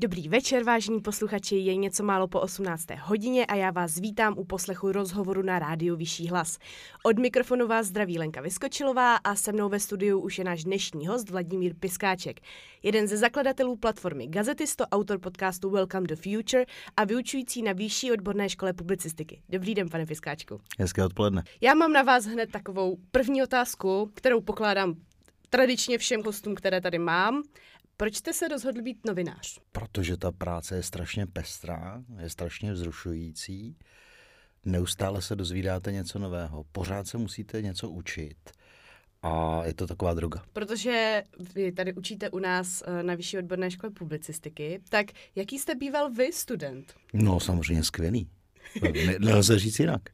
Dobrý večer, vážení posluchači, je něco málo po 18. hodině a já vás vítám u poslechu rozhovoru na rádiu Vyšší hlas. Od mikrofonu vás zdraví Lenka Vyskočilová a se mnou ve studiu už je náš dnešní host Vladimír Piskáček. Jeden ze zakladatelů platformy Gazetisto, autor podcastu Welcome to Future a vyučující na Vyšší odborné škole publicistiky. Dobrý den, pane Piskáčku. Hezké odpoledne. Já mám na vás hned takovou první otázku, kterou pokládám tradičně všem hostům, které tady mám. Proč jste se rozhodl být novinář? Protože ta práce je strašně pestrá, je strašně vzrušující. Neustále se dozvídáte něco nového. Pořád se musíte něco učit. A je to taková droga. Protože vy tady učíte u nás na Vyšší odborné škole publicistiky, tak jaký jste býval vy student? No, samozřejmě skvělý. Nelze říct jinak.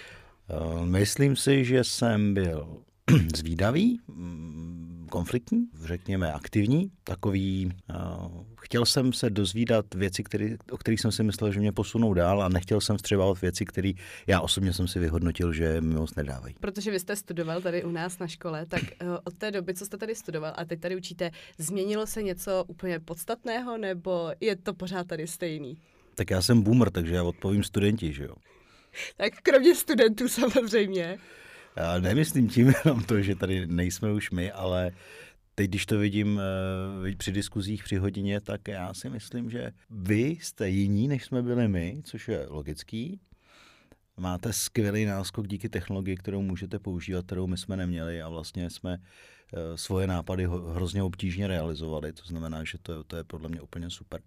Myslím si, že jsem byl zvídavý, konfliktní, řekněme aktivní, takový. Chtěl jsem se dozvídat věci, o kterých jsem si myslel, že mě posunou dál a nechtěl jsem vstřebávat věci, které já osobně jsem si vyhodnotil, že mi moc nedávají. Protože vy jste studoval tady u nás na škole, tak od té doby, co jste tady studoval a teď tady učíte, změnilo se něco úplně podstatného nebo je to pořád tady stejný? Tak já jsem boomer, takže já odpovím studenti, že jo? Tak kromě studentů samozřejmě. Já nemyslím tím jenom to, že tady nejsme už my, ale teď, když to vidím při diskuzích při hodině, tak já si myslím, že vy jste jiní, než jsme byli my, což je logický. Máte skvělý náskok díky technologii, kterou můžete používat, kterou my jsme neměli a vlastně jsme svoje nápady hrozně obtížně realizovali. To znamená, že to je podle mě úplně super.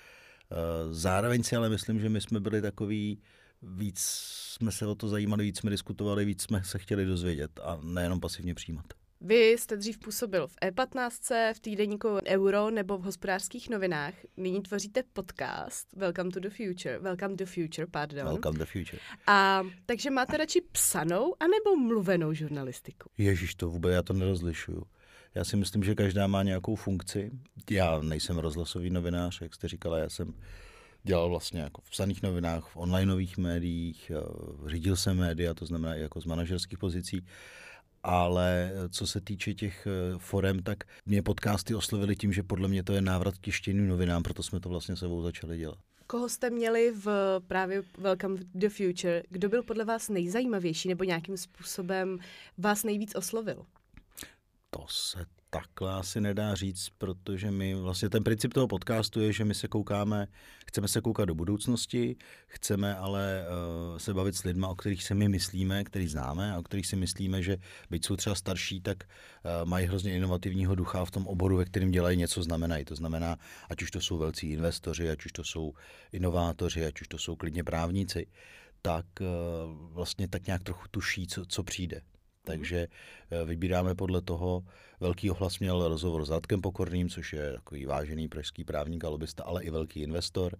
Zároveň si ale myslím, že my jsme byli takový, víc jsme se o to zajímali, víc jsme diskutovali, víc jsme se chtěli dozvědět a nejenom pasivně přijímat. Vy jste dřív působil v E15, v týdeníku Euro nebo v Hospodářských novinách. Nyní tvoříte podcast Welcome to the Future, pardon. Welcome to Future. A takže máte radši psanou anebo mluvenou žurnalistiku? Ježiš, to vůbec já to nerozlišuju. Já si myslím, že každá má nějakou funkci. Já nejsem rozhlasový novinář, jak jste říkala, já jsem dělal vlastně jako v psaných novinách, v onlineových médiích, řídil jsem média, to znamená i jako z manažerských pozicí, ale co se týče těch forem, tak mě podcasty oslovily tím, že podle mě to je návrat k tištěným novinám, proto jsme to vlastně sebou začali dělat. Koho jste měli v právě Welcome to the Future? Kdo byl podle vás nejzajímavější nebo nějakým způsobem vás nejvíc oslovil? To se takhle asi nedá říct, protože my vlastně ten princip toho podcastu je, že my chceme se koukat do budoucnosti, chceme ale se bavit s lidma, o kterých se my myslíme, který známe a o kterých si myslíme, že byť jsou třeba starší, tak mají hrozně inovativního ducha v tom oboru, ve kterém dělají něco znamenají. To znamená, ať už to jsou velcí investoři, ať už to jsou inovátoři, ať už to jsou klidně právníci, tak vlastně tak nějak trochu tuší, co přijde. Takže vybíráme podle toho. Velký ohlas měl rozhovor s Radkem Pokorným, což je takový vážený pražský právník a lobista, ale i velký investor.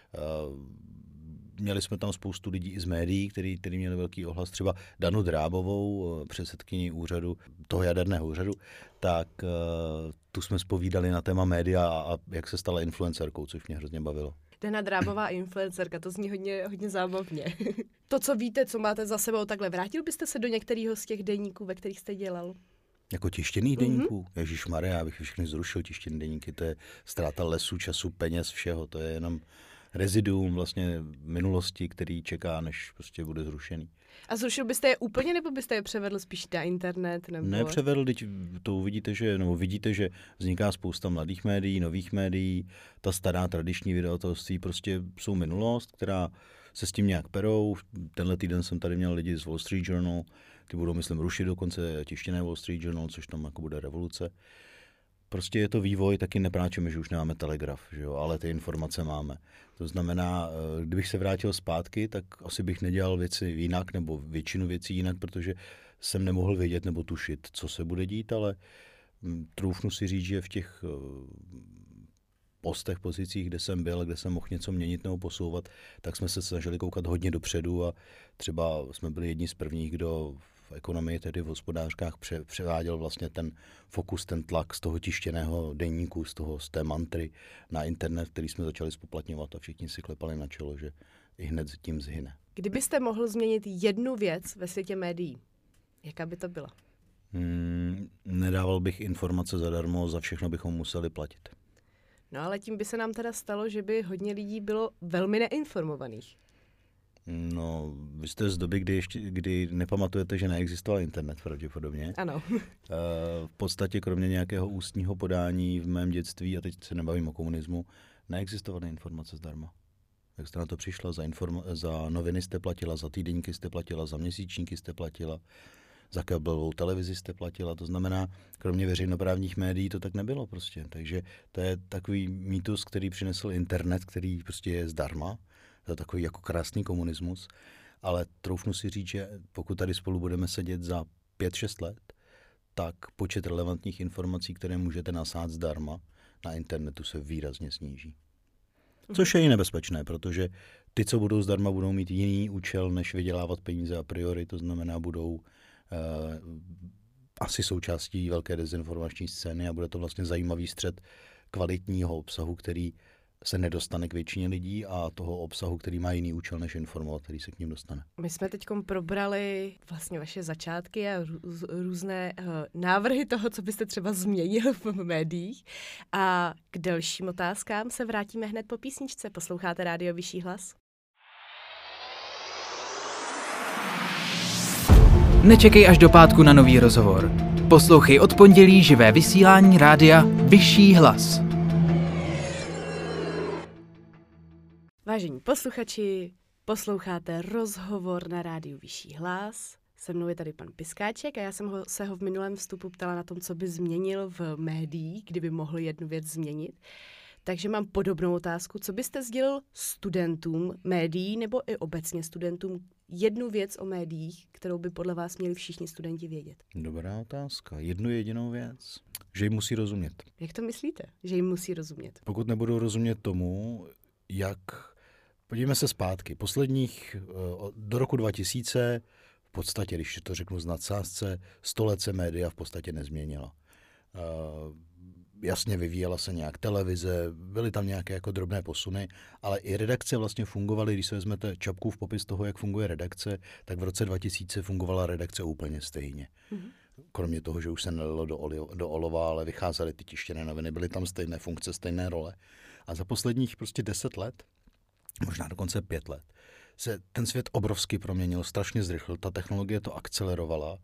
Měli jsme tam spoustu lidí i z médií, který měli velký ohlas. Třeba Danu Drábovou, předsedkyni úřadu, toho jaderného úřadu, tak tu jsme zpovídali na téma média a jak se stala influencerkou, což mě hrozně bavilo. Dana Drábová influencerka, to zní hodně zábavně. To, co víte, co máte za sebou takhle, vrátil byste se do některého z těch deníků, ve kterých jste dělal? Jako tištěných deníků? Ježišmarja, já bych všechny zrušil tištěný deníky, to je ztráta lesů, času, peněz, všeho, to je jenom reziduum vlastně minulosti, který čeká, než prostě bude zrušený. A zrušil byste je úplně, nebo byste je převedl spíš na internet? Nebo... Nepřevedl, teď to vidíte, že vzniká spousta mladých médií, nových médií, ta stará tradiční vydavatelství prostě jsou minulost, která se s tím nějak perou. Tenhle týden jsem tady měl lidi z Wall Street Journal, ty budou, myslím, rušit dokonce tištěné Wall Street Journal, což tam jako bude revoluce. Prostě je to vývoj, taky nepráčeme, že už nemáme telegraf, že jo, ale ty informace máme. To znamená, kdybych se vrátil zpátky, tak asi bych nedělal věci jinak, nebo většinu věcí jinak, protože jsem nemohl vědět nebo tušit, co se bude dít, ale troufnu si říct, že v těch postech, pozicích, kde jsem byl, kde jsem mohl něco měnit nebo posouvat, tak jsme se snažili koukat hodně dopředu a třeba jsme byli jedni z prvních, kdo v ekonomii, tedy v hospodářkách, převáděl vlastně ten fokus, ten tlak z toho tištěného deníku, z té mantry na internet, který jsme začali spoplatňovat a všichni si klepali na čelo, že i hned tím zhyne. Kdybyste mohl změnit jednu věc ve světě médií, jaká by to byla? Nedával bych informace zadarmo, za všechno bychom museli platit. No ale tím by se nám teda stalo, že by hodně lidí bylo velmi neinformovaných. No, vy jste z doby, kdy nepamatujete, že neexistoval internet pravděpodobně. Ano. V podstatě kromě nějakého ústního podání v mém dětství, a teď se nebavím o komunismu, neexistovaly informace zdarma. Jak jste na to přišla? Za noviny jste platila, za týdeníky jste platila, za měsíčníky jste platila, za kabelovou televizi jste platila. To znamená, kromě veřejnoprávních médií to tak nebylo prostě. Takže to je takový mýtus, který přinesl internet, který prostě je zdarma. To je takový jako krásný komunismus. Ale troufnu si říct, že pokud tady spolu budeme sedět za 5-6 let, tak počet relevantních informací, které můžete nasát zdarma na internetu, se výrazně sníží. Což je i nebezpečné, protože ty, co budou zdarma, budou mít jiný účel, než vydělávat peníze a priori, to znamená, budou asi součástí velké dezinformační scény a bude to vlastně zajímavý střet kvalitního obsahu, který se nedostane k většině lidí, a toho obsahu, který má jiný účel, než informovat, který se k ním dostane. My jsme teď probrali vlastně vaše začátky a různé návrhy toho, co byste třeba změnil v médiích. A k dalším otázkám se vrátíme hned po písničce. Posloucháte Rádio Vyšší hlas? Nečekej až do pátku na nový rozhovor. Poslouchej od pondělí živé vysílání rádia Vyšší hlas. Vážení posluchači, posloucháte rozhovor na rádiu Vyšší hlas. Se mnou je tady pan Piskáček a já jsem se ho v minulém vstupu ptala na tom, co by změnil v médiích, kdyby mohl jednu věc změnit. Takže mám podobnou otázku. Co byste sdělil studentům médií nebo i obecně studentům jednu věc o médiích, kterou by podle vás měli všichni studenti vědět? Dobrá otázka. Jednu jedinou věc. Že jim musí rozumět. Jak to myslíte, že jim musí rozumět? Pokud nebudou rozumět tomu, jak... Podívejme se zpátky. Do roku 2000, v podstatě, když to řeknu z nadsázce, 100 let se média v podstatě nezměnila. Jasně vyvíjela se nějak televize, byly tam nějaké jako drobné posuny, ale i redakce vlastně fungovaly, když se vezmete Čapkův popis toho, jak funguje redakce, tak v roce 2000 fungovala redakce úplně stejně. Mm-hmm. Kromě toho, že už se nelilo do olova, ale vycházely ty tištěné noviny, byly tam stejné funkce, stejné role. A za posledních prostě 10 let, možná dokonce 5 let, se ten svět obrovsky proměnil, strašně zrychlil, ta technologie to akcelerovala.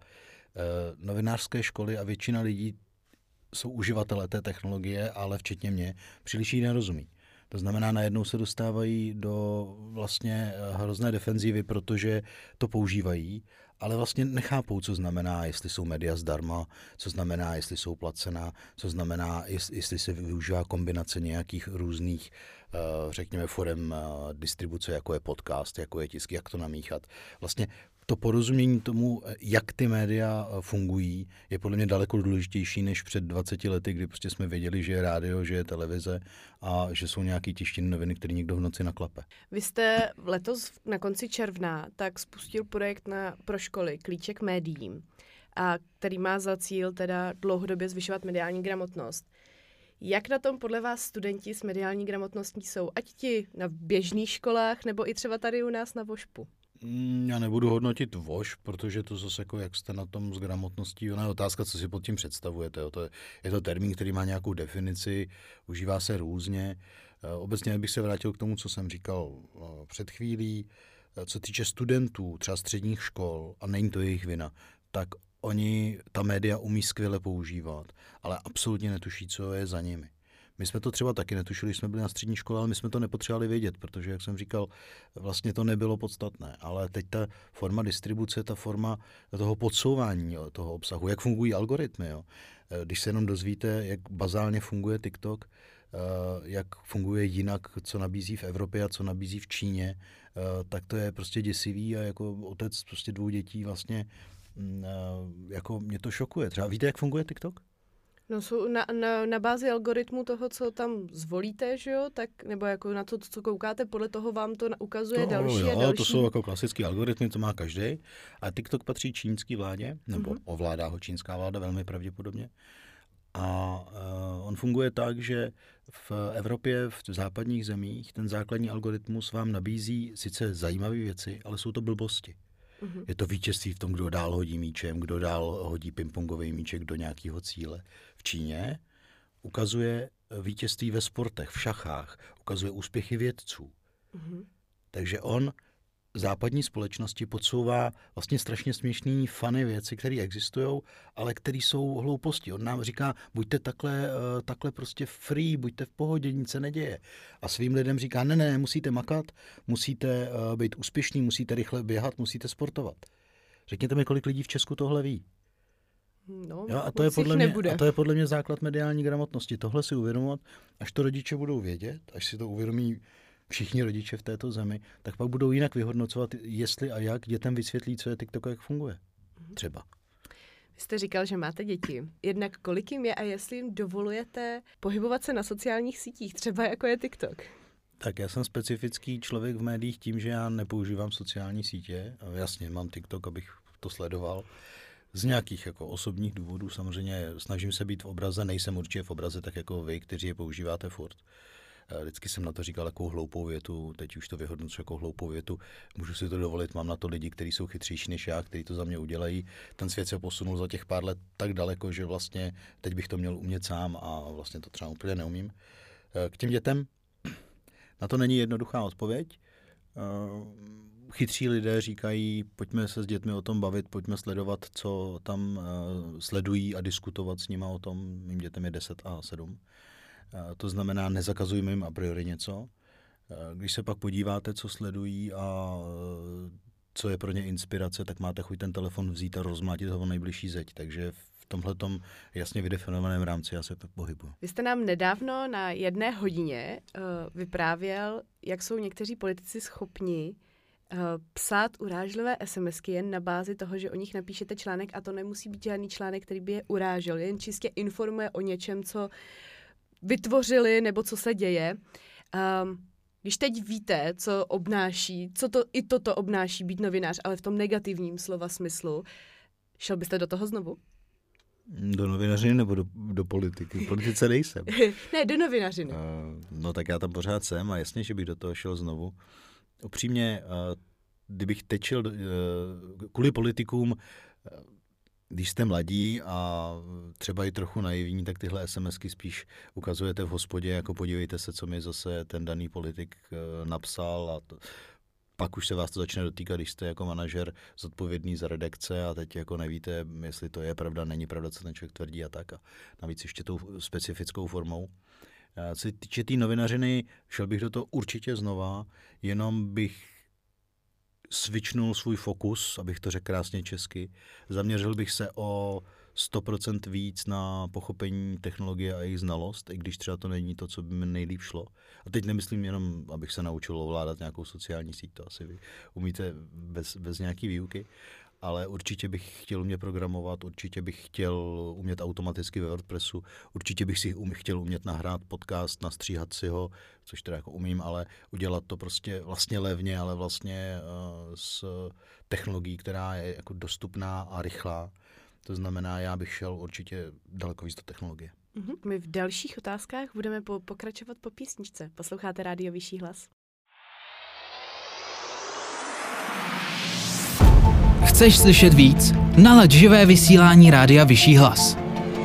Novinářské školy a většina lidí jsou uživatelé té technologie, ale včetně mě, příliš jí nerozumí. To znamená, najednou se dostávají do vlastně hrozné defenzívy, protože to používají, ale vlastně nechápou, co znamená, jestli jsou média zdarma, co znamená, jestli jsou placená, co znamená, jestli se využívá kombinace nějakých různých, řekněme, forem distribuce, jako je podcast, jako je tisk, jak to namíchat. Vlastně to porozumění tomu, jak ty média fungují, je podle mě daleko důležitější než před 20 lety, kdy prostě jsme věděli, že je rádio, že je televize a že jsou nějaký tištěné noviny, které někdo v noci naklape. Vy jste letos na konci června tak spustil projekt pro školy Klíček médiím, a který má za cíl teda dlouhodobě zvyšovat mediální gramotnost. Jak na tom podle vás studenti s mediální gramotností jsou, ať ti na běžných školách, nebo i třeba tady u nás na Vošpu? Já nebudu hodnotit voš, protože to zase jako jak jste na tom s gramotností, ona je otázka, co si pod tím představujete. Je to termín, který má nějakou definici, užívá se různě. Obecně bych se vrátil k tomu, co jsem říkal před chvílí. Co týče studentů, třeba středních škol, a není to jejich vina, tak oni ta média umí skvěle používat, ale absolutně netuší, co je za nimi. My jsme to třeba taky netušili, když jsme byli na střední škole, ale my jsme to nepotřebovali vědět, protože, jak jsem říkal, vlastně to nebylo podstatné. Ale teď ta forma distribuce, ta forma toho podsouvání toho obsahu, jak fungují algoritmy. Jo. Když se jenom dozvíte, jak bazálně funguje TikTok, jak funguje jinak, co nabízí v Evropě a co nabízí v Číně, tak to je prostě děsivý, a jako otec prostě 2 dětí vlastně jako mě to šokuje. Třeba víte, jak funguje TikTok? No jsou na bázi algoritmu toho, co tam zvolíte, že jo, tak, nebo jako na to, co koukáte, podle toho vám to ukazuje další a další. To jsou jako klasické algoritmy, to má každý. A TikTok patří čínské vládě, nebo ovládá ho čínská vláda velmi pravděpodobně. A on funguje tak, že v Evropě, v západních zemích, ten základní algoritmus vám nabízí sice zajímavé věci, ale jsou to blbosti. Je to vítězství v tom, kdo dál hodí míčem, kdo dál hodí pingpongový míček do nějakého cíle. V Číně ukazuje vítězství ve sportech, v šachách, ukazuje úspěchy vědců. Mhm. Takže on západní společnosti podsouvá vlastně strašně směšný funny věci, které existují, ale které jsou hlouposti. On nám říká, buďte takhle prostě free, buďte v pohodě, nic se neděje. A svým lidem říká, ne, musíte makat, musíte být úspěšní, musíte rychle běhat, musíte sportovat. Řekněte mi, kolik lidí v Česku tohle ví. No, Jo, a to je podle mě základ mediální gramotnosti. Tohle si uvědomovat, až to rodiče budou vědět, až si to uvědomí všichni rodiče v této zemi, tak pak budou jinak vyhodnocovat, jestli a jak dětem vysvětlí, co je TikTok a jak funguje. Třeba. Vy jste říkal, že máte děti. Jednak kolik jim je a jestli jim dovolujete pohybovat se na sociálních sítích, třeba jako je TikTok? Tak já jsem specifický člověk v médiích tím, že já nepoužívám sociální sítě. Jasně, mám TikTok, abych to sledoval. Z nějakých jako osobních důvodů samozřejmě snažím se být v obraze, nejsem určitě v obraze tak jako vy, kteří je používáte furt. Vždycky jsem na to říkal jako hloupou větu, teď už to vyhodnocuji jako hloupou větu, můžu si to dovolit, mám na to lidi, kteří jsou chytřejší než já, kteří to za mě udělají. Ten svět se posunul za těch pár let tak daleko, že vlastně teď bych to měl umět sám a vlastně to třeba úplně neumím. K těm dětem, na to není jednoduchá odpověď. Chytří lidé říkají, pojďme se s dětmi o tom bavit, pojďme sledovat, co tam sledují a diskutovat s nimi o tom. Mým dětem je 10 a 7. To znamená, nezakazujme jim a priori něco. Když se pak podíváte, co sledují a co je pro ně inspirace, tak máte chuť ten telefon vzít a rozmlátit ho o nejbližší zeď. Takže v tomhletom jasně vydefinovaném rámci já se pohybuju. Vy jste nám nedávno na 1 hodině vyprávěl, jak jsou někteří politici schopni psát urážlivé SMSky jen na bázi toho, že o nich napíšete článek a to nemusí být žádný článek, který by je urážel, jen čistě informuje o něčem, co vytvořili nebo co se děje. Když teď víte, co obnáší, i toto obnáší být novinář, ale v tom negativním slova smyslu, šel byste do toho znovu? Do novinařiny nebo do politiky? V politice nejsem. Ne, do novinařiny. No tak já tam pořád jsem a jasně, že bych do toho šel znovu. Upřímně, kdybych teď šel kvůli politikům, když jste mladí a třeba i trochu naivní, tak tyhle SMSky spíš ukazujete v hospodě, jako podívejte se, co mi zase ten daný politik napsal a pak už se vás to začne dotýkat, když jste jako manažer zodpovědný za redakce a teď jako nevíte, jestli to je pravda, není pravda, co ten člověk tvrdí a tak. A navíc ještě tou specifickou formou. Co se týče té novinařiny, šel bych do toho určitě znova, jenom bych switchnul svůj fokus, abych to řekl krásně česky. Zaměřil bych se o 100% víc na pochopení technologie a jejich znalost, i když třeba to není to, co by mi nejlíp šlo. A teď nemyslím jenom, abych se naučil ovládat nějakou sociální síť, to asi vy umíte bez nějaký výuky, ale určitě bych chtěl umět programovat, určitě bych chtěl umět automaticky ve WordPressu, určitě bych si chtěl umět nahrát podcast, nastříhat si ho, což teda jako umím, ale udělat to prostě vlastně levně, ale vlastně s technologií, která je jako dostupná a rychlá. To znamená, já bych šel určitě daleko víc do technologie. My v dalších otázkách budeme pokračovat po písničce. Posloucháte Rádio Vyšší hlas? Chceš slyšet víc? Nalaď živé vysílání Rádia Vyšší hlas.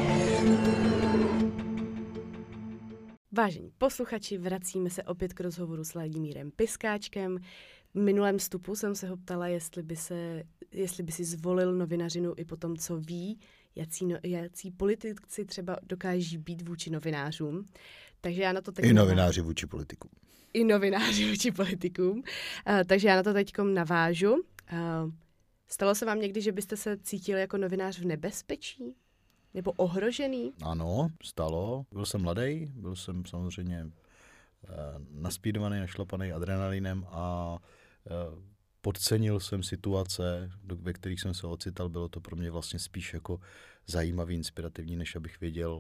Vážení posluchači, vracíme se opět k rozhovoru s Vladimírem Piskáčkem. V minulém vstupu jsem se ho ptala, jestli by si zvolil novinařinu i po tom, co ví, jací politici třeba dokáží být vůči novinářům. Takže já na to teď I novináři vůči politikům. I novináři vůči politikům. Takže já na to teďkom navážu. Stalo se vám někdy, že byste se cítil jako novinář v nebezpečí? Nebo ohrožený? Ano, stalo. Byl jsem mladý, byl jsem samozřejmě naspídovaný, našlapaný adrenalinem a podcenil jsem situace, ve kterých jsem se ocital. Bylo to pro mě vlastně spíš jako zajímavý, inspirativní, než abych věděl,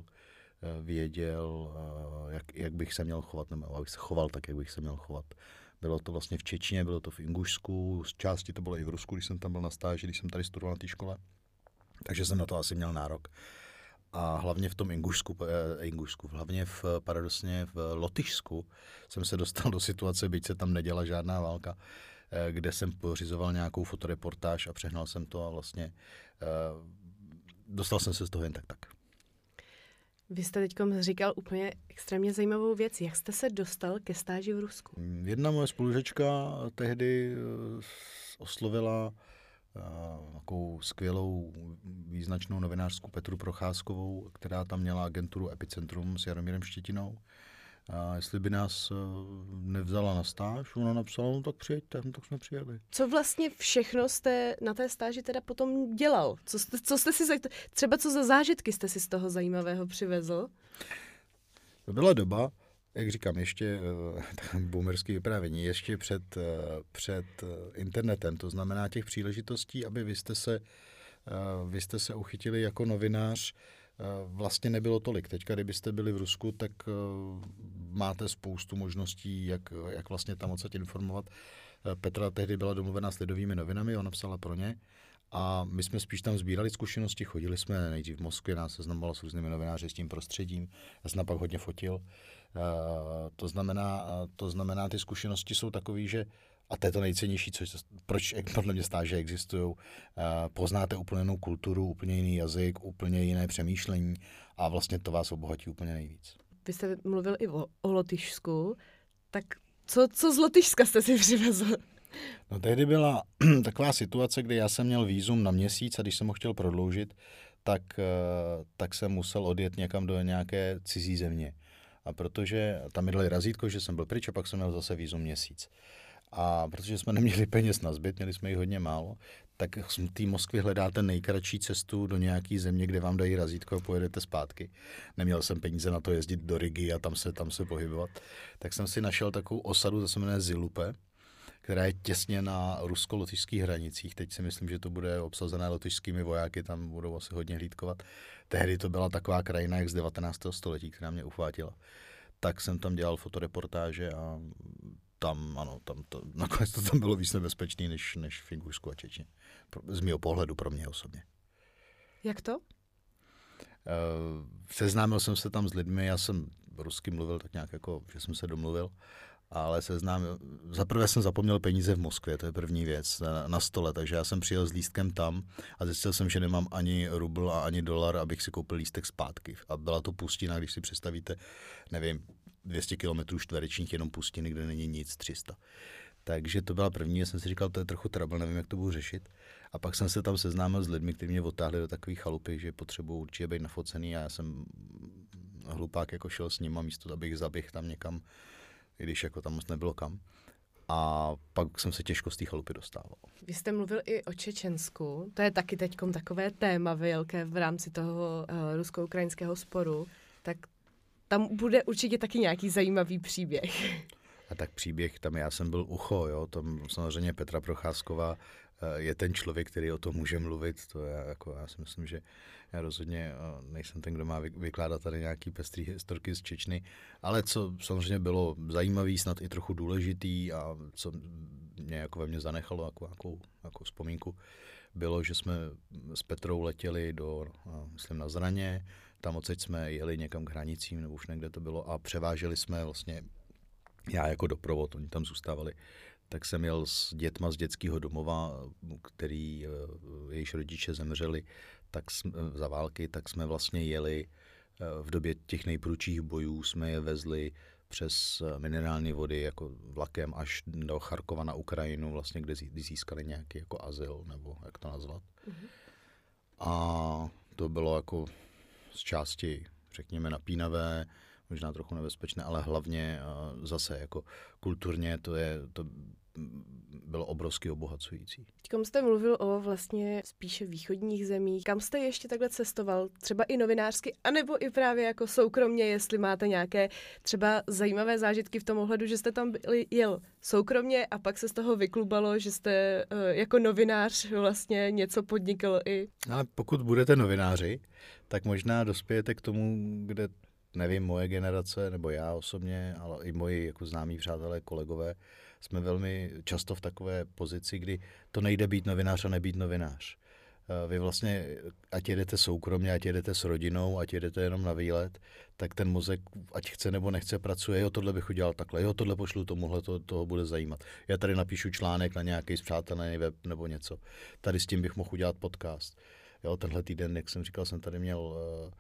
jak bych se měl chovat, nebo abych se choval tak, jak bych se měl chovat. Bylo to vlastně v Čečně, bylo to v Ingušsku, z části to bylo i v Rusku, když jsem tam byl na stáži, když jsem tady studoval na té škole. Takže jsem na to asi měl nárok. A hlavně v tom Ingušsku, hlavně paradoxně v Lotyšsku jsem se dostal do situace, byť se tam neděla žádná válka, kde jsem pořizoval nějakou fotoreportáž a přehnal jsem to a vlastně dostal jsem se z toho jen tak. Vy jste teď říkal úplně extrémně zajímavou věc. Jak jste se dostal ke stáži v Rusku? Jedna moje spolužečka tehdy oslovila takovou skvělou význačnou novinářskou Petru Procházkovou, která tam měla agenturu Epicentrum s Jaromírem Štětinou. A jestli by nás nevzala na stáž, ona napsala, no tak přijeďte, no tak jsme přijeli. Co vlastně všechno jste na té stáži teda potom dělal? Co jste si třeba co za zážitky jste si z toho zajímavého přivezl? To byla doba, jak říkám, ještě boomerský vyprávění, ještě před internetem. To znamená těch příležitostí, aby vy jste se uchytili jako novinář, vlastně nebylo tolik. Teďka, kdybyste byli v Rusku, tak máte spoustu možností, jak vlastně tam odsaď informovat. Petra tehdy byla domluvená s Lidovými novinami, ona psala pro ně. A my jsme spíš tam sbírali zkušenosti, chodili jsme nejdřív v Moskvě, nás seznamoval s různými novináři, s tím prostředím. Já jsem pak hodně fotil. To znamená, ty zkušenosti jsou takové, že a to je to nejcennější, proč podle mě stáže existují. Poznáte úplně jinou kulturu, úplně jiný jazyk, úplně jiné přemýšlení a vlastně to vás obohatí úplně nejvíc. Vy jste mluvil i o Lotyšsku, tak co z Lotyšska jste si přivezl? No tehdy byla taková situace, kdy já jsem měl vízum na měsíc a když jsem ho chtěl prodloužit, tak jsem musel odjet někam do nějaké cizí země. A protože tam mi dali razítko, že jsem byl pryč a pak jsem měl zase vízum měsíc. A protože jsme neměli peněz na zbyt, měli jsme jich hodně málo, tak v té Moskvě hledáte nejkratší cestu do nějaké země, kde vám dají razítko a pojedete zpátky. Neměl jsem peníze na to jezdit do Rigy a tam se pohybovat. Tak jsem si našel takovou osadu, to se jmenuje Zilupe, která je těsně na rusko-lotyšských hranicích. Teď si myslím, že to bude obsazené lotyšskými vojáky, tam budou asi hodně hlídkovat. Tehdy to byla taková krajina jak z 19. století, která mě uchvátila. Tak jsem tam dělal fotoreportáže a nakonec to tam bylo víc nebezpečný než v Ingušsku a Čečně. Z mého pohledu pro mě osobně. Jak to? Seznámil jsem se tam s lidmi, já jsem rusky mluvil tak nějak jako, že jsem se domluvil, ale zaprvé jsem zapomněl peníze v Moskvě, to je první věc, na stole, takže já jsem přijel s lístkem tam a zjistil jsem, že nemám ani rubl a ani dolar, abych si koupil lístek zpátky. A byla to pustina, když si představíte, nevím, 200 km čtverečních jenom pustiny, kde není nic, 300. Takže to byla první, já jsem si říkal, to je trochu trouble, nevím, jak to budu řešit. A pak jsem se tam seznámil s lidmi, kteří mě otáhli do takové chalupy, že potřebují určitě být nafocený a já jsem hlupák jako šel s nima, místo abych zaběhl tam někam, i když jako tam moc nebylo kam. A pak jsem se těžko z té chalupy dostával. Vy jste mluvil i o Čečensku, to je taky teďkom takové téma velké v rámci toho rusko-ukrajinského sporu, tak tam bude určitě taky nějaký zajímavý příběh. A tak příběh, tam já jsem byl ucho, jo, tam samozřejmě Petra Procházková je ten člověk, který o tom může mluvit, to je jako, já si myslím, že já rozhodně nejsem ten, kdo má vykládat tady nějaký pestrý historky z Čečny, ale co samozřejmě bylo zajímavý, snad i trochu důležitý a co mě jako ve mně zanechalo jako vzpomínku, bylo, že jsme s Petrou letěli myslím na Zraně, tam odsaď jsme jeli někam k hranicím, nebo už někde to bylo, a převáželi jsme vlastně, já jako doprovod, oni tam zůstávali, tak jsem jel s dětma z dětského domova, jejíž rodiče zemřeli za války, tak jsme vlastně jeli v době těch nejprudších bojů, jsme je vezli přes minerální vody jako vlakem až do Charkova na Ukrajinu, vlastně, kde získali nějaký jako azyl, nebo jak to nazvat. Mm-hmm. A to bylo jako z části, řekněme, napínavé, možná trochu nebezpečné, ale hlavně zase jako kulturně to bylo obrovsky obohacující. Teďkom jste mluvil o vlastně spíše východních zemích. Kam jste ještě takhle cestoval? Třeba i novinářsky, anebo i právě jako soukromně, jestli máte nějaké třeba zajímavé zážitky v tom ohledu, že jste tam jel soukromně a pak se z toho vyklubalo, že jste jako novinář vlastně něco podnikl i. Ale pokud budete novináři, tak možná dospějete k tomu, kde nevím, moje generace, nebo já osobně, ale i moji jako známí přátelé, kolegové, jsme velmi často v takové pozici, kdy to nejde být novinář a nebýt novinář. Vy vlastně, ať jedete soukromně, ať jedete s rodinou, ať jedete jenom na výlet, tak ten mozek, ať chce nebo nechce, pracuje, jo, tohle bych udělal takhle, jo, tohle pošlu tomuhle, toho bude zajímat. Já tady napíšu článek na nějaký spřátelený web nebo něco. Tady s tím bych mohl udělat podcast. Jo, tenhle týden, jak jsem říkal, jsem tady měl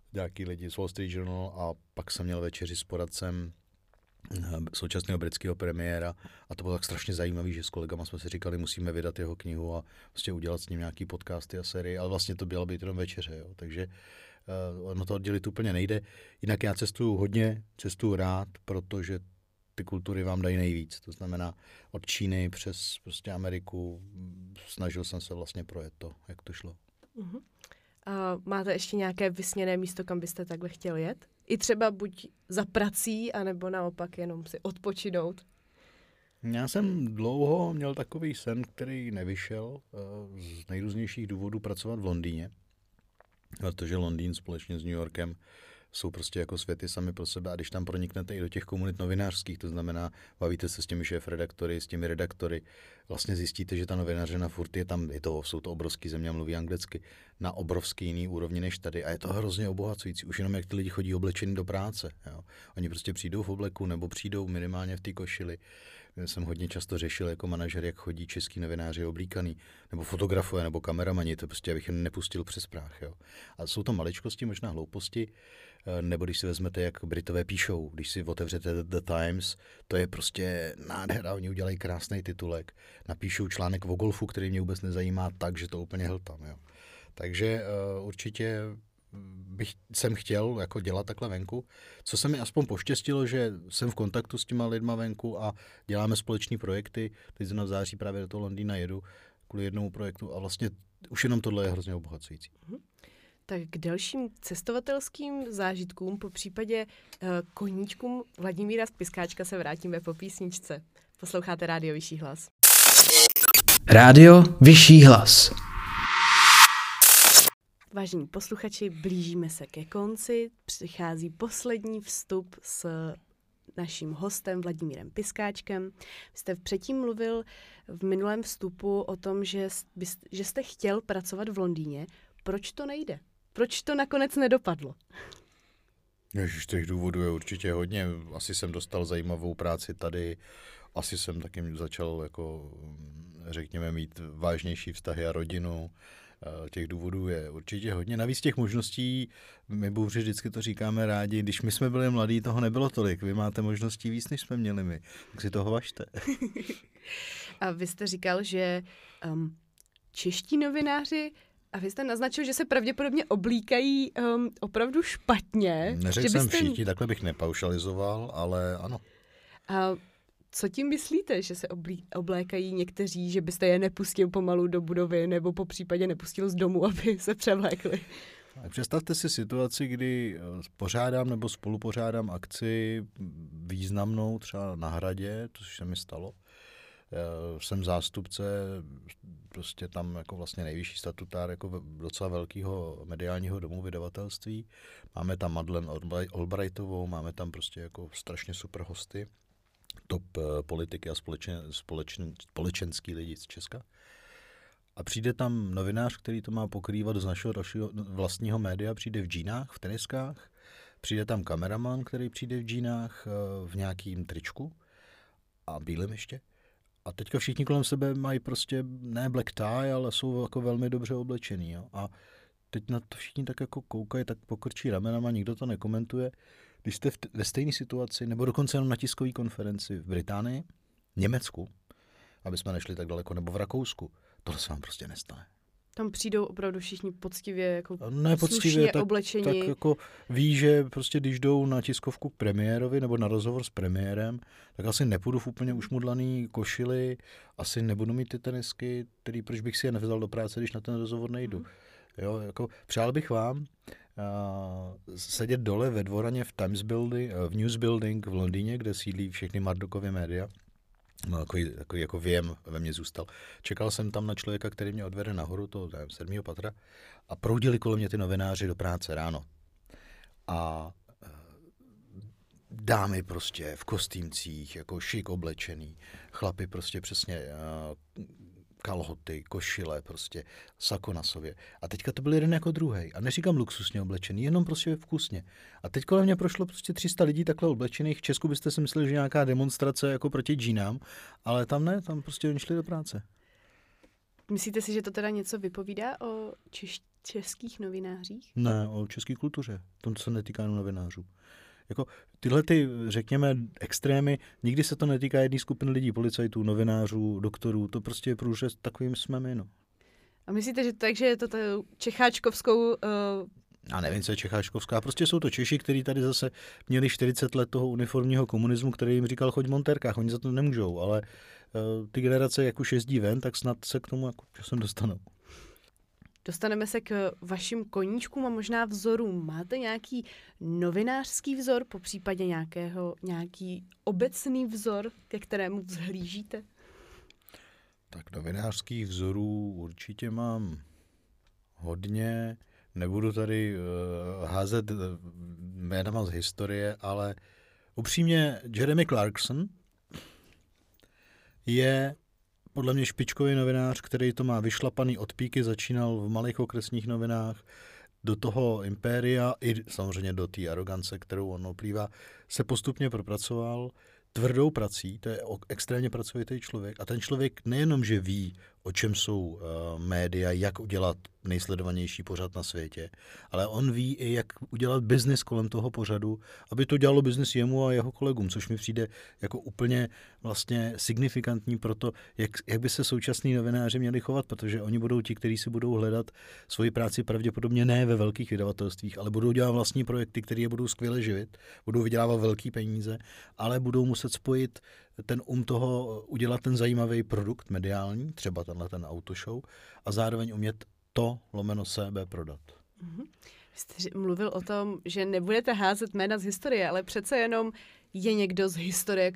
nějaký lidi z Wall Street Journal a pak jsem měl večeři s poradcem současného britského premiéra a to bylo tak strašně zajímavé, že s kolegama jsme si říkali, musíme vydat jeho knihu a vlastně udělat s ním nějaký podcasty a série, ale vlastně to byla být jenom večeře, jo. Takže ono to oddělit úplně nejde. Jinak já cestuju rád, protože ty kultury vám dají nejvíc. To znamená od Číny přes prostě Ameriku. Snažil jsem se vlastně projet to, jak to šlo. Uh-huh. A máte ještě nějaké vysněné místo, kam byste takhle chtěl jet? I třeba buď za prací, anebo naopak jenom si odpočinout? Já jsem dlouho měl takový sen, který nevyšel z nejrůznějších důvodů pracovat v Londýně. Protože Londýn společně s New Yorkem jsou prostě jako světy sami pro sebe a když tam proniknete i do těch komunit novinářských, to znamená, bavíte se s těmi šéfredaktory, s těmi redaktory, vlastně zjistíte, že ta novinařina furt je tam, jsou to obrovský země, mluví anglicky, na obrovský jiný úrovni než tady a je to hrozně obohacující, už jenom jak ty lidi chodí oblečení do práce. Jo. Oni prostě přijdou v obleku nebo přijdou minimálně v té košili. Já jsem hodně často řešil jako manažer, jak chodí český novináři oblíkaný, nebo fotografové, nebo kameramani, to prostě abych je nepustil přes práh. Jo. A jsou to maličkosti, možná hlouposti, nebo když si vezmete, jak Britové píšou, když si otevřete The Times, to je prostě nádhera, oni udělají krásný titulek, napíšou článek o golfu, který mě vůbec nezajímá tak, že to úplně hltám. Jo. Takže určitě jsem chtěl jako dělat takhle venku. Co se mi aspoň poštěstilo, že jsem v kontaktu s těma lidma venku a děláme společní projekty. Teď v září právě do toho Londýna jedu kvůli jednomu projektu a vlastně už jenom tohle je hrozně obohacující. Tak k dalším cestovatelským zážitkům, po případě koníčkům Vladimíra Piskáčka se vrátíme po písničce. Posloucháte Rádio Vyšší hlas. Rádio Vyšší hlas. Vážení posluchači, blížíme se ke konci. Přichází poslední vstup s naším hostem Vladimírem Piskáčkem. Vy jste předtím mluvil v minulém vstupu o tom, že jste chtěl pracovat v Londýně. Proč to nejde? Proč to nakonec nedopadlo? Ježiš, těch důvodů je určitě hodně. Asi jsem dostal zajímavou práci tady. Asi jsem taky začal, jako, řekněme, mít vážnější vztahy a rodinu. Těch důvodů je určitě hodně. Navíc těch možností, my bouři vždycky to říkáme rádi, když my jsme byli mladí, toho nebylo tolik. Vy máte možností víc, než jsme měli my. Tak si toho važte. A vy jste říkal, že čeští novináři, a vy jste naznačil, že se pravděpodobně oblíkají opravdu špatně. Neřekl jsem všichni, takhle bych nepaušalizoval, ale ano. A co tím myslíte, že se oblékají někteří, že byste je nepustil pomalu do budovy nebo po případě nepustil z domu, aby se převlékli? Představte si situaci, kdy pořádám nebo spolupořádám akci významnou třeba na Hradě, což se mi stalo. Jsem zástupce, prostě tam jako vlastně nejvyšší statutár jako docela velkého mediálního domu vydavatelství. Máme tam Madeleine Albrightovou, máme tam prostě jako strašně super hosty, top politiky a společenský lidi z Česka. A přijde tam novinář, který to má pokrývat z našeho vlastního média, přijde v džínách, v teniskách, přijde tam kameraman, který přijde v džínách, v nějakým tričku a bílém ještě. A teďka všichni kolem sebe mají prostě ne black tie, ale jsou jako velmi dobře oblečený. Jo? A teď na to všichni tak jako koukají, tak pokrčí ramenama, nikdo to nekomentuje. Když jste ve stejné situaci, nebo dokonce jenom na tiskové konferenci v Británii, Německu, aby jsme nešli tak daleko, nebo v Rakousku, tohle se vám prostě nestane. Tam přijdou opravdu všichni poctivě, jako slušně oblečení. Tak jako ví, že prostě když jdou na tiskovku k premiérovi nebo na rozhovor s premiérem, tak asi nepůjdu v úplně ušmudlaný košili, asi nebudu mít ty tenisky, který proč bych si je nevzal do práce, když na ten rozhovor nejdu. Jo, jako přál bych vám sedět dole ve dvoraně v v News Building v Londýně, kde sídlí všechny Murdochovy média. No, takový jako věm ve mně zůstal. Čekal jsem tam na člověka, který mě odvede nahoru, toho 7. patra, a proudili kolem mě ty novináři do práce ráno. A dámy prostě v kostýmcích, jako šik oblečený, chlapi prostě přesně kalhoty, košile, prostě sako na sobě. A teďka to byl jeden jako druhej. A neříkám luxusně oblečený, jenom prostě vkusně. A teď kolem mě prošlo prostě 300 lidí takhle oblečených. V Česku byste si mysleli, že nějaká demonstrace jako proti džínám, ale tam ne, tam prostě oni šli do práce. Myslíte si, že to teda něco vypovídá o českých novinářích? Ne, o české kultuře. To se netýká jenom novinářů. Jako tyhle ty, řekněme, extrémy, nikdy se to netýká jedné skupiny lidí, policajtů, novinářů, doktorů, to prostě je průřez, takovým jsme my, no. A myslíte, že takže je to čecháčkovskou... Já nevím, co je čecháčkovská, prostě jsou to Češi, kteří tady zase měli 40 let toho uniformního komunismu, který jim říkal, choď v montérkách, oni za to nemůžou, ale ty generace, jak už jezdí ven, tak snad se k tomu jako časem dostanou. Dostaneme se k vašim koníčkům a možná vzorům. Máte nějaký novinářský vzor, popřípadě nějaký obecný vzor, ke kterému vzhlížíte? Tak novinářských vzorů určitě mám hodně. Nebudu tady házet jménama z historie, ale upřímně Jeremy Clarkson je podle mě špičkový novinář, který to má vyšlapaný od píky, začínal v malých okresních novinách, do toho impéria i samozřejmě do té arogance, kterou on oplývá, se postupně propracoval tvrdou prací, to je extrémně pracovitý člověk a ten člověk nejenom, že ví, o čem jsou média, jak udělat nejsledovanější pořad na světě, ale on ví i, jak udělat biznis kolem toho pořadu, aby to dělalo biznis jemu a jeho kolegům, což mi přijde jako úplně vlastně signifikantní pro to, jak by se současní novináři měli chovat, protože oni budou ti, kteří si budou hledat svoji práci pravděpodobně ne ve velkých vydavatelstvích, ale budou dělat vlastní projekty, které je budou skvěle živit, budou vydělávat velký peníze, ale budou muset spojit ten toho udělat ten zajímavý produkt mediální, třeba ten autoshow, a zároveň umět to lomeno sebe prodat. Mm-hmm. Vy jste mluvil o tom, že nebudete házet jména z historie, ale přece jenom je někdo z historie,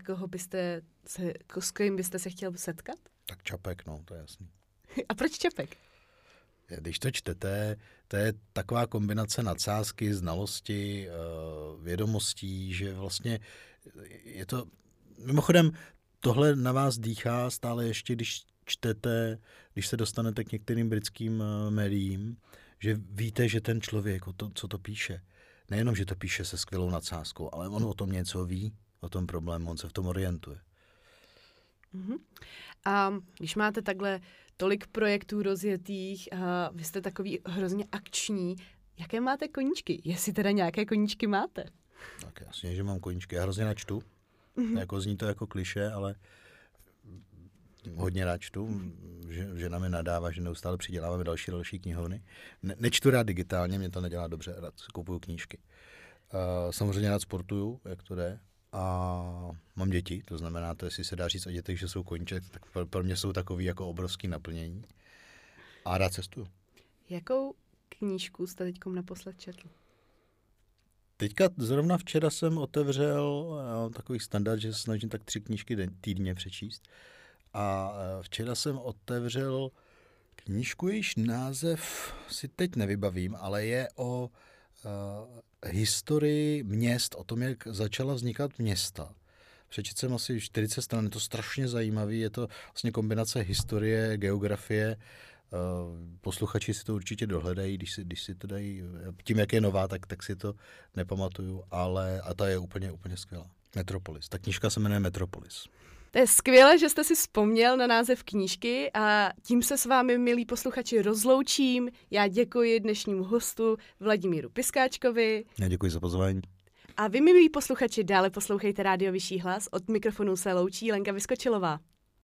s kým byste se chtěl setkat? Tak Čapek, no, to je jasný. A proč Čapek? Když to čtete, to je taková kombinace nadsázky, znalosti, vědomostí, že vlastně je to... Mimochodem, tohle na vás dýchá stále ještě, když čtete, když se dostanete k některým britským médiím, že víte, že ten člověk, co to píše, nejenom, že to píše se skvělou nadsázkou, ale on o tom něco ví, o tom problému, on se v tom orientuje. Mm-hmm. A když máte takhle tolik projektů rozjetých a vy jste takový hrozně akční, jaké máte koníčky? Jestli teda nějaké koníčky máte? Tak jasně, že mám koníčky. Já hrozně načtu. Mm-hmm. Jako zní to jako klišé, ale hodně rád čtu. Žena mi nadává, že neustále přiděláváme další knihovny. Nečtu rád digitálně, mě to nedělá dobře, rád kupuju knížky. Samozřejmě rád sportuju, jak to jde. A mám děti, to znamená, to jestli se dá říct o dětech, že jsou koníček, tak pro mě jsou takový jako obrovský naplnění. A rád cestuju. Jakou knížku jste teďkom naposled četl? Teďka zrovna včera jsem otevřel takový standard, že se snažím tak 3 knížky týdně přečíst. A včera jsem otevřel knížku, jejíž název si teď nevybavím, ale je o historii měst, o tom, jak začala vznikat města. Přečetl jsem asi 40 stran, je to strašně zajímavý, je to vlastně kombinace historie, geografie. Posluchači si to určitě dohledají, když si to dají, tím, jak je nová, tak si to nepamatuju, ale a ta je úplně skvělá. Metropolis. Ta knížka se jmenuje Metropolis. To je skvělé, že jste si vzpomněl na název knížky a tím se s vámi, milí posluchači, rozloučím. Já děkuji dnešnímu hostu Vladimíru Piskáčkovi. Já děkuji za pozvání. A vy, milí posluchači, dále poslouchejte Rádio Vyšší hlas. Od mikrofonu se loučí Lenka Vyskočilová.